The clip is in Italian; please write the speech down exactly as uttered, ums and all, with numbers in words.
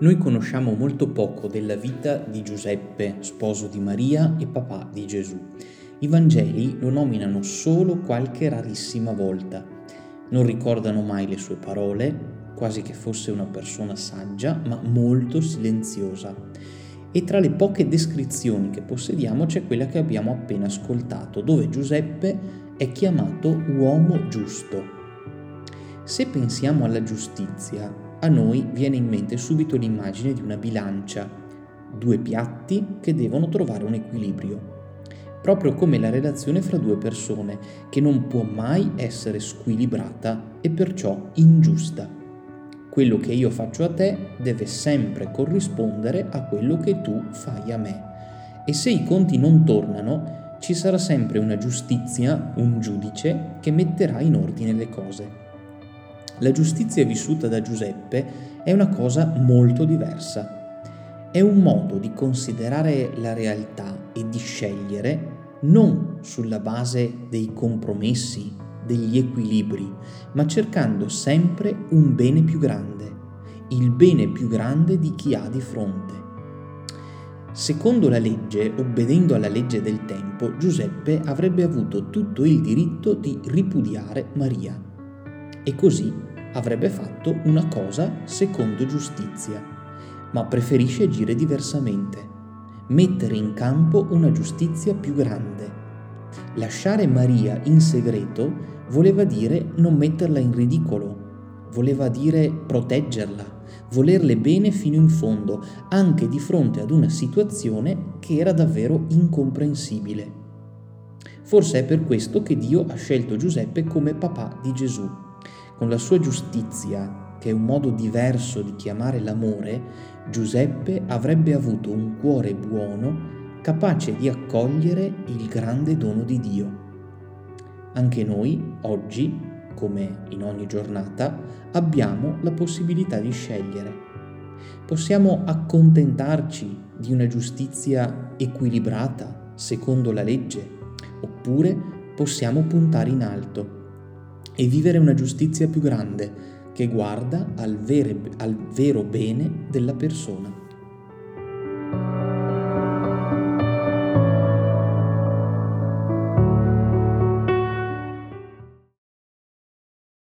Noi conosciamo molto poco della vita di Giuseppe, sposo di Maria e papà di Gesù. I Vangeli lo nominano solo qualche rarissima volta. Non ricordano mai le sue parole, quasi che fosse una persona saggia, ma molto silenziosa. E tra le poche descrizioni che possediamo c'è quella che abbiamo appena ascoltato, dove Giuseppe è chiamato uomo giusto. Se pensiamo alla giustizia, a noi viene in mente subito l'immagine di una bilancia, due piatti che devono trovare un equilibrio, proprio come la relazione fra due persone, che non può mai essere squilibrata e perciò ingiusta. Quello che io faccio a te deve sempre corrispondere a quello che tu fai a me. E se i conti non tornano, ci sarà sempre una giustizia, un giudice, che metterà in ordine le cose. La giustizia vissuta da Giuseppe è una cosa molto diversa. È un modo di considerare la realtà e di scegliere non sulla base dei compromessi, degli equilibri, ma cercando sempre un bene più grande, il bene più grande di chi ha di fronte. Secondo la legge, obbedendo alla legge del tempo, Giuseppe avrebbe avuto tutto il diritto di ripudiare Maria. E così avrebbe fatto una cosa secondo giustizia, ma preferisce agire diversamente, mettere in campo una giustizia più grande. Lasciare Maria in segreto voleva dire non metterla in ridicolo, voleva dire proteggerla, volerle bene fino in fondo, anche di fronte ad una situazione che era davvero incomprensibile. Forse è per questo che Dio ha scelto Giuseppe come papà di Gesù. Con la sua giustizia, che è un modo diverso di chiamare l'amore, Giuseppe avrebbe avuto un cuore buono, capace di accogliere il grande dono di Dio. Anche noi, oggi, come in ogni giornata, abbiamo la possibilità di scegliere. Possiamo accontentarci di una giustizia equilibrata, secondo la legge, oppure possiamo puntare in alto e vivere una giustizia più grande che guarda al, vere, al vero bene della persona.